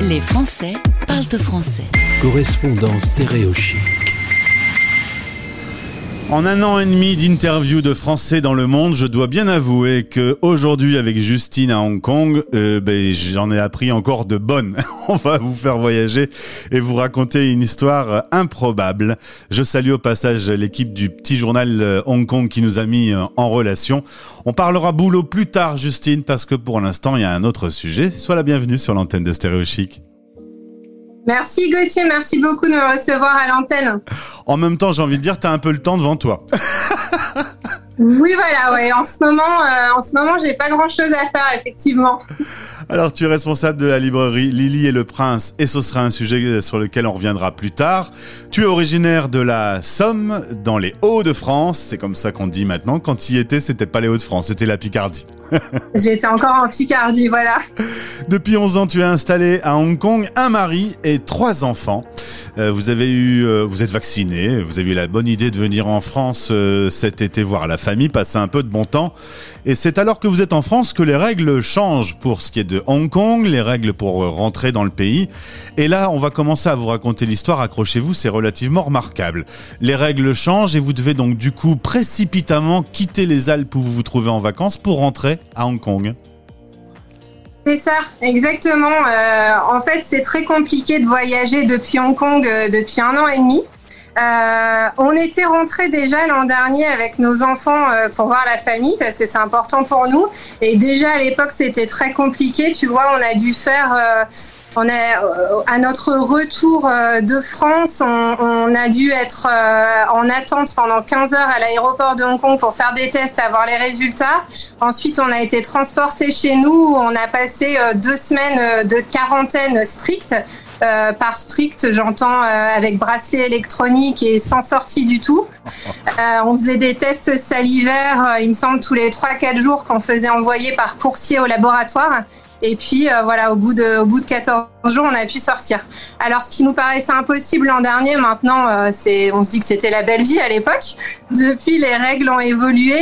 Les Français parlent français. Correspondance stéréochique. En un an et demi d'interviews de Français dans le monde, je dois bien avouer que aujourd'hui avec Justine à Hong Kong, j'en ai appris encore de bonnes. On va vous faire voyager et vous raconter une histoire improbable. Je salue au passage l'équipe du petit journal Hong Kong qui nous a mis en relation. On parlera boulot plus tard, Justine, parce que pour l'instant, il y a un autre sujet. Sois la bienvenue sur l'antenne de Stéréo Chic. Merci Gauthier, merci beaucoup de me recevoir à l'antenne. En même temps, j'ai envie de dire, t'as un peu le temps devant toi. Oui, voilà, ouais. En ce moment, j'ai pas grand-chose à faire, effectivement. Alors, tu es responsable de la librairie Lily et le Prince, et ce sera un sujet sur lequel on reviendra plus tard. Tu es originaire de la Somme, dans les Hauts-de-France. C'est comme ça qu'on dit maintenant. Quand tu y étais, c'était pas les Hauts-de-France, c'était la Picardie. J'étais encore en Picardie, voilà. Depuis 11 ans, tu es installé à Hong Kong, un mari et 3 enfants. Vous êtes vacciné, vous avez eu la bonne idée de venir en France cet été voir la famille, passer un peu de bon temps. Et c'est alors que vous êtes en France que les règles changent pour ce qui est de Hong Kong, les règles pour rentrer dans le pays. Et là, on va commencer à vous raconter l'histoire. Accrochez-vous, c'est relativement remarquable. Les règles changent et vous devez donc du coup précipitamment quitter les Alpes où vous vous trouvez en vacances pour rentrer à Hong Kong. C'est ça, exactement. En fait, c'est très compliqué de voyager depuis Hong Kong depuis 1 an et demi. On était rentrés déjà l'an dernier avec nos enfants pour voir la famille parce que c'est important pour nous. Et déjà à l'époque, c'était très compliqué. Tu vois, on a dû faire... à notre retour de France, on a dû être en attente pendant 15 heures à l'aéroport de Hong Kong pour faire des tests, avoir les résultats. Ensuite, on a été transportés chez nous. On a passé 2 semaines de quarantaine stricte. Par strict, j'entends avec bracelet électronique et sans sortie du tout. On faisait des tests salivaires, il me semble, tous les 3-4 jours qu'on faisait envoyer par coursier au laboratoire. Et puis, au bout de 14 jours, on a pu sortir. Alors, ce qui nous paraissait impossible l'an dernier, maintenant, on se dit que c'était la belle vie à l'époque. Depuis, les règles ont évolué.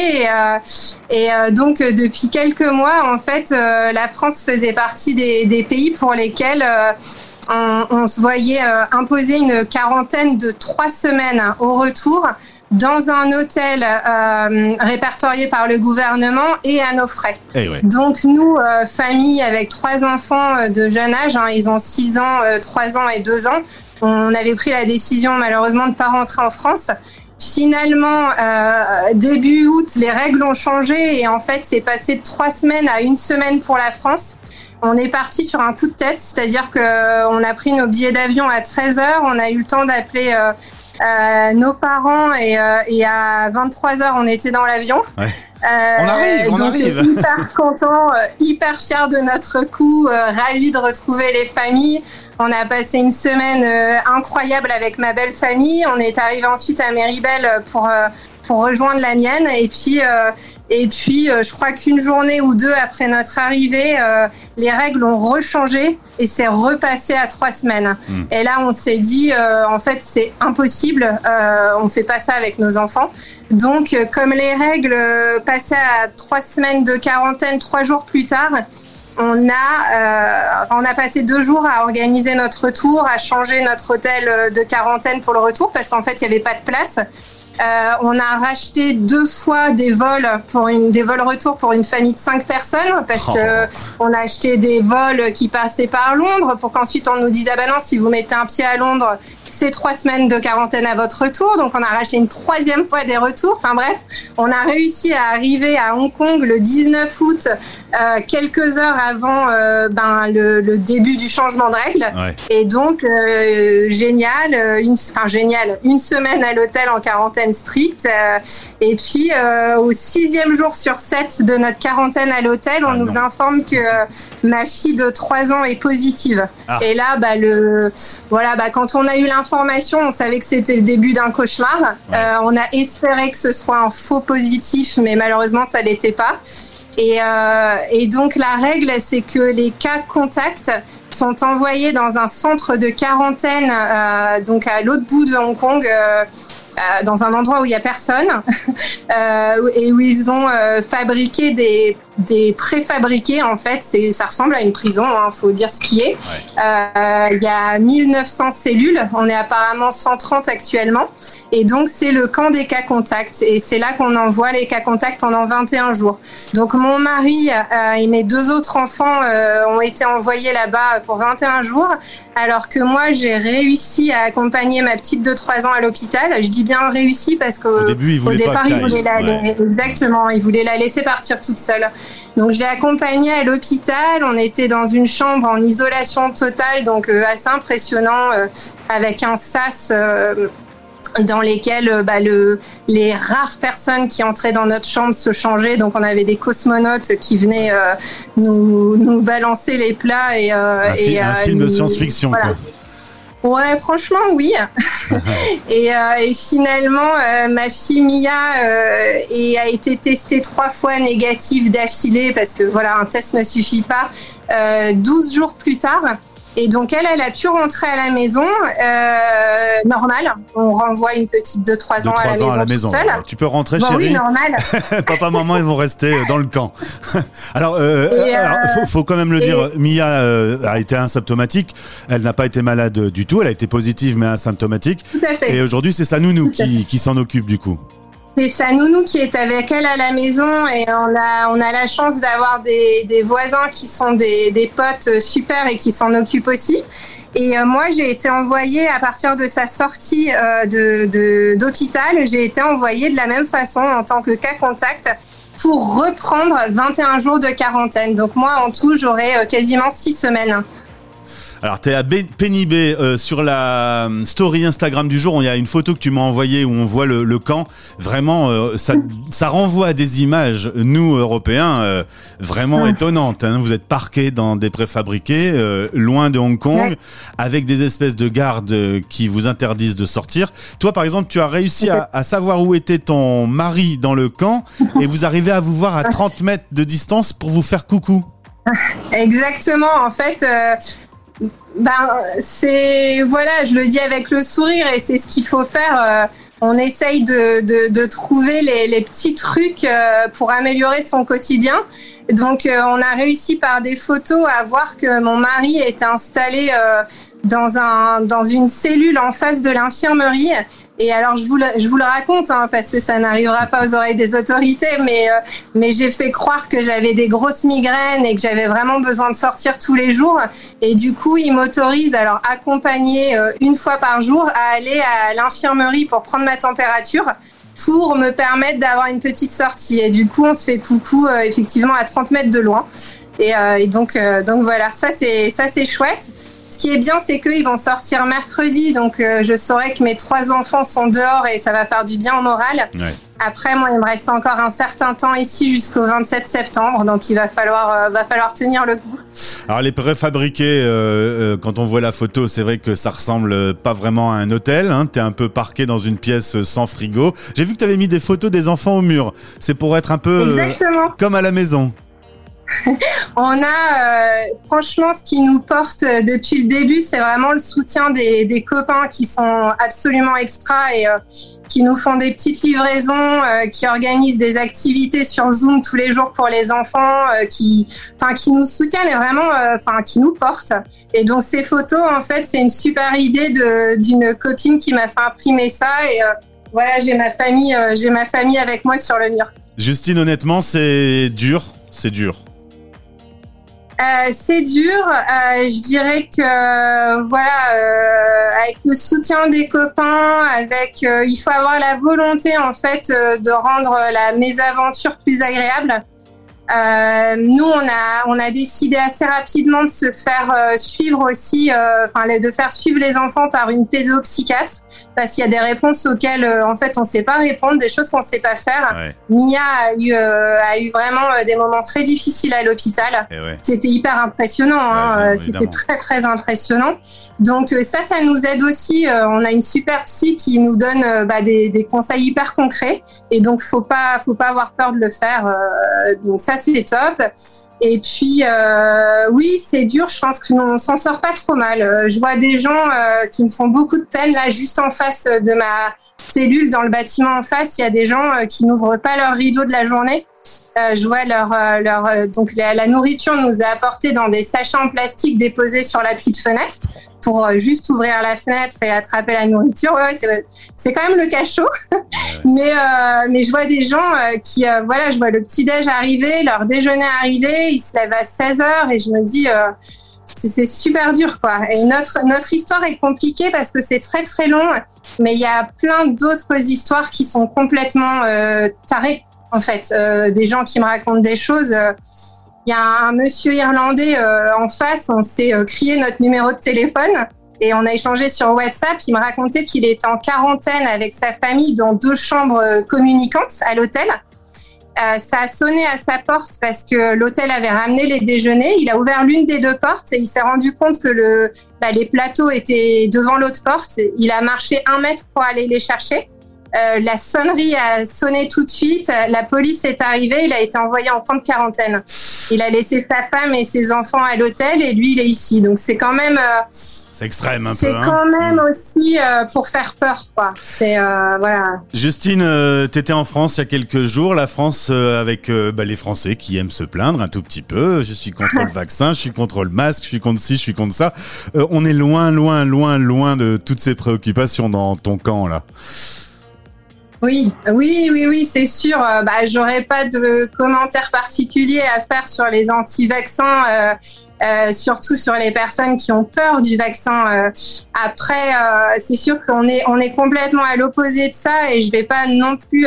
Donc, depuis quelques mois, en fait, la France faisait partie des pays pour lesquels... on se voyait imposer une quarantaine de 3 semaines au retour dans un hôtel répertorié par le gouvernement et à nos frais. Ouais. Donc nous, famille avec 3 enfants de jeune âge, ils ont 6 ans, 3 ans et 2 ans, on avait pris la décision malheureusement de ne pas rentrer en France. Finalement, début août, les règles ont changé et en fait, c'est passé de 3 semaines à 1 semaine pour la France. On est parti sur un coup de tête, c'est-à-dire qu'on a pris nos billets d'avion à 13h, on a eu le temps d'appeler nos parents et à 23h, on était dans l'avion. Ouais. On arrive. Hyper content, hyper fiers de notre coup, ravis de retrouver les familles. On a passé une semaine incroyable avec ma belle famille. On est arrivé ensuite à Méribel pour rejoindre la mienne. Et puis, je crois qu'une journée ou 2 après notre arrivée, les règles ont rechangé et c'est repassé à 3 semaines. Et là, on s'est dit, en fait, c'est impossible. On ne fait pas ça avec nos enfants. Donc, comme les règles passaient à 3 semaines de quarantaine, 3 jours plus tard, on a passé 2 jours à organiser notre retour, à changer notre hôtel de quarantaine pour le retour parce qu'en fait, il n'y avait pas de place. On a racheté 2 fois des vols retour pour une famille de 5 personnes parce que on a acheté des vols qui passaient par Londres pour qu'ensuite on nous dise non, si vous mettez un pied à Londres, c'est 3 semaines de quarantaine à votre retour. Donc on a racheté une 3e fois des retours. Enfin bref, on a réussi à arriver à Hong Kong le 19 août, quelques heures avant le début du changement de règles. Ouais. Et donc génial, une semaine à l'hôtel en quarantaine stricte. Et puis au 6e jour sur 7 de notre quarantaine à l'hôtel, on nous informe que ma fille de 3 ans est positive. Et là, quand on a eu l'information, on savait que c'était le début d'un cauchemar. Ouais. On a espéré que ce soit un faux positif, mais malheureusement, ça l'était pas. Et donc, la règle, c'est que les cas contacts sont envoyés dans un centre de quarantaine, donc à l'autre bout de Hong Kong, dans un endroit où il n'y a personne, et où ils ont fabriqué des préfabriqués, en fait, ça ressemble à une prison, faut dire ce qui est. Il y a 1900 cellules, on est apparemment 130 actuellement, et donc c'est le camp des cas contacts, et c'est là qu'on envoie les cas contacts pendant 21 jours. Donc mon mari et mes 2 autres enfants ont été envoyés là-bas pour 21 jours, alors que moi j'ai réussi à accompagner ma petite de 3 ans à l'hôpital. Je dis bien réussi parce qu'au départ il voulait exactement, il voulait la laisser partir toute seule. Donc je l'ai accompagnée à l'hôpital, on était dans une chambre en isolation totale, donc assez impressionnant, avec un sas dans lesquels les rares personnes qui entraient dans notre chambre se changeaient. Donc on avait des cosmonautes qui venaient nous balancer les plats. Un film de science-fiction, voilà. Quoi. Ouais, franchement, oui. et finalement, ma fille Mia a été testée 3 fois négative d'affilée parce que voilà, un test ne suffit pas. 12 jours plus tard. Et donc elle a pu rentrer à la maison, normal. On renvoie une petite de 3 ans à la maison. Seule. Tu peux rentrer, chérie. Oui, normal. Papa, maman, ils vont rester dans le camp. Alors, faut quand même le dire. Mia a été asymptomatique. Elle n'a pas été malade du tout. Elle a été positive mais asymptomatique. Tout à fait. Et aujourd'hui, c'est sa nounou qui s'en occupe du coup. C'est sa nounou qui est avec elle à la maison, et on a la chance d'avoir des voisins qui sont des potes super et qui s'en occupent aussi. Et moi, j'ai été envoyée à partir de sa sortie d'hôpital, j'ai été envoyée de la même façon en tant que cas contact pour reprendre 21 jours de quarantaine. Donc moi, en tout, j'aurai quasiment 6 semaines. Alors, t'es à Pénibé, sur la story Instagram du jour, il y a une photo que tu m'as envoyée où on voit le camp. Vraiment, ça renvoie à des images, nous, Européens, vraiment étonnantes. Hein. Vous êtes parqués dans des préfabriqués, loin de Hong Kong, avec des espèces de gardes qui vous interdisent de sortir. Toi, par exemple, tu as réussi à savoir où était ton mari dans le camp et vous arrivez à vous voir à 30 mètres de distance pour vous faire coucou. Exactement, en fait... je le dis avec le sourire, et c'est ce qu'il faut faire. On essaye de trouver les petits trucs pour améliorer son quotidien. Donc, on a réussi par des photos à voir que mon mari était installé dans une cellule en face de l'infirmerie. Et alors, je vous le raconte, parce que ça n'arrivera pas aux oreilles des autorités, mais j'ai fait croire que j'avais des grosses migraines et que j'avais vraiment besoin de sortir tous les jours. Et du coup, ils m'autorisent, alors accompagnée 1 fois par jour, à aller à l'infirmerie pour prendre ma température, pour me permettre d'avoir une petite sortie. Et du coup, on se fait coucou, effectivement, à 30 mètres de loin. Et donc voilà, ça c'est chouette. Ce qui est bien, c'est qu'ils vont sortir mercredi, donc je saurai que mes 3 enfants sont dehors et ça va faire du bien au moral. Ouais. Après, moi, il me reste encore un certain temps ici jusqu'au 27 septembre, donc il va falloir tenir le coup. Alors les préfabriqués, quand on voit la photo, c'est vrai que ça ressemble pas vraiment à un hôtel. Hein. T'es un peu parqué dans une pièce sans frigo. J'ai vu que t'avais mis des photos des enfants au mur. C'est pour être un peu comme à la maison. On a, franchement, ce qui nous porte depuis le début, c'est vraiment le soutien des copains qui sont absolument extra et qui nous font des petites livraisons, qui organisent des activités sur Zoom tous les jours pour les enfants, qui nous soutiennent et vraiment, qui nous portent. Et donc ces photos, en fait, c'est une super idée d'une copine qui m'a fait imprimer ça et voilà, j'ai ma famille avec moi sur le mur. Justine, honnêtement, c'est dur. C'est dur, je dirais que avec le soutien des copains, il faut avoir la volonté en fait de rendre la mésaventure plus agréable. Nous, on a décidé assez rapidement de se faire suivre aussi, de faire suivre les enfants par une pédopsychiatre, parce qu'il y a des réponses auxquelles, en fait, on ne sait pas répondre, des choses qu'on ne sait pas faire. Ouais. Mia a eu vraiment des moments très difficiles à l'hôpital. Ouais. C'était hyper impressionnant, c'était très, très impressionnant. Donc ça nous aide aussi. On a une super psy qui nous donne des conseils hyper concrets, et donc faut pas avoir peur de le faire. Donc ça, c'est top. Et puis, oui, c'est dur. Je pense qu'on s'en sort pas trop mal. Je vois des gens qui me font beaucoup de peine. Là, juste en face de ma cellule, dans le bâtiment en face, il y a des gens qui n'ouvrent pas leur rideau de la journée. Je vois donc la nourriture nous est apportée dans des sachets en plastique déposés sur l'appui de fenêtre pour juste ouvrir la fenêtre et attraper la nourriture. Ouais, c'est quand même le cachot. Mais je vois des gens je vois le petit-déj arriver, leur déjeuner arriver, ils se lèvent à 16h et je me dis... c'est super dur, quoi. Et notre histoire est compliquée parce que c'est très, très long, mais il y a plein d'autres histoires qui sont complètement tarées, en fait. Des gens qui me racontent des choses. Il y a un monsieur irlandais en face, on s'est crié notre numéro de téléphone et on a échangé sur WhatsApp. Il me racontait qu'il était en quarantaine avec sa famille dans 2 chambres communicantes à l'hôtel. Ça a sonné à sa porte parce que l'hôtel avait ramené les déjeuners. Il a ouvert l'une des 2 portes et il s'est rendu compte que les plateaux étaient devant l'autre porte. Il a marché 1 mètre pour aller les chercher. La sonnerie a sonné tout de suite. La police est arrivée. Il a été envoyé en camp de quarantaine. Il a laissé sa femme et ses enfants à l'hôtel et lui, il est ici. Donc c'est quand même... c'est extrême un peu. C'est quand même aussi pour faire peur, quoi. C'est voilà. Justine, t'étais en France il y a quelques jours. La France avec les Français qui aiment se plaindre un tout petit peu. Je suis contre le vaccin, je suis contre le masque, je suis contre ci, je suis contre ça. On est loin de toutes ces préoccupations dans ton camp là. Oui, c'est sûr. J'aurais pas de commentaires particuliers à faire sur les anti-vaccins, surtout sur les personnes qui ont peur du vaccin. Après, c'est sûr qu'on est complètement à l'opposé de ça et je vais pas non plus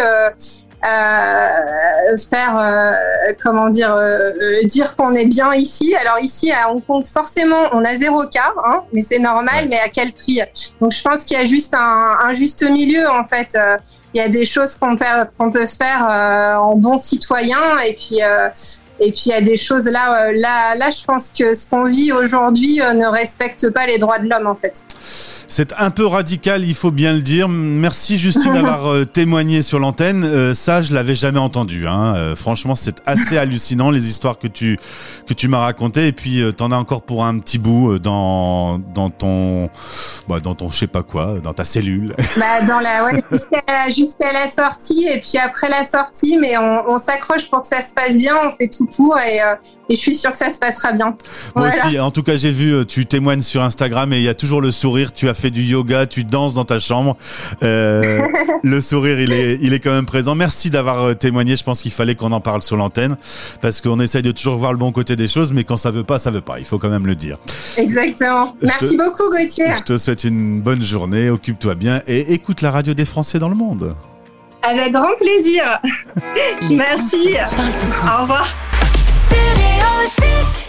dire qu'on est bien ici. Alors ici à Hong Kong, forcément, on a 0 cas, hein, mais c'est normal. Mais à quel prix? Donc je pense qu'il y a juste un juste milieu en fait. Il y a des choses qu'on peut faire en bon citoyen et puis il y a des choses là, je pense que ce qu'on vit aujourd'hui ne respecte pas les droits de l'homme en fait. C'est un peu radical, il faut bien le dire. Merci Justine d'avoir témoigné sur l'antenne. Ça, je l'avais jamais entendu. Franchement, c'est assez hallucinant les histoires que tu m'as racontées. Et puis, t'en as encore pour un petit bout dans ton je sais pas quoi, dans ta cellule. Jusqu'à la sortie et puis après la sortie, mais on s'accroche pour que ça se passe bien. On fait tout pour et je suis sûre que ça se passera bien. Moi aussi, en tout cas, j'ai vu, tu témoignes sur Instagram et il y a toujours le sourire. Tu as fait du yoga, tu danses dans ta chambre. Le sourire, il est quand même présent. Merci d'avoir témoigné. Je pense qu'il fallait qu'on en parle sur l'antenne parce qu'on essaye de toujours voir le bon côté des choses, mais quand ça veut pas, ça veut pas. Il faut quand même le dire. Merci beaucoup, Gauthier. Je te souhaite une bonne journée. Occupe-toi bien et écoute la radio des Français dans le monde. Avec grand plaisir. Merci. Au revoir. Stéréo Chic.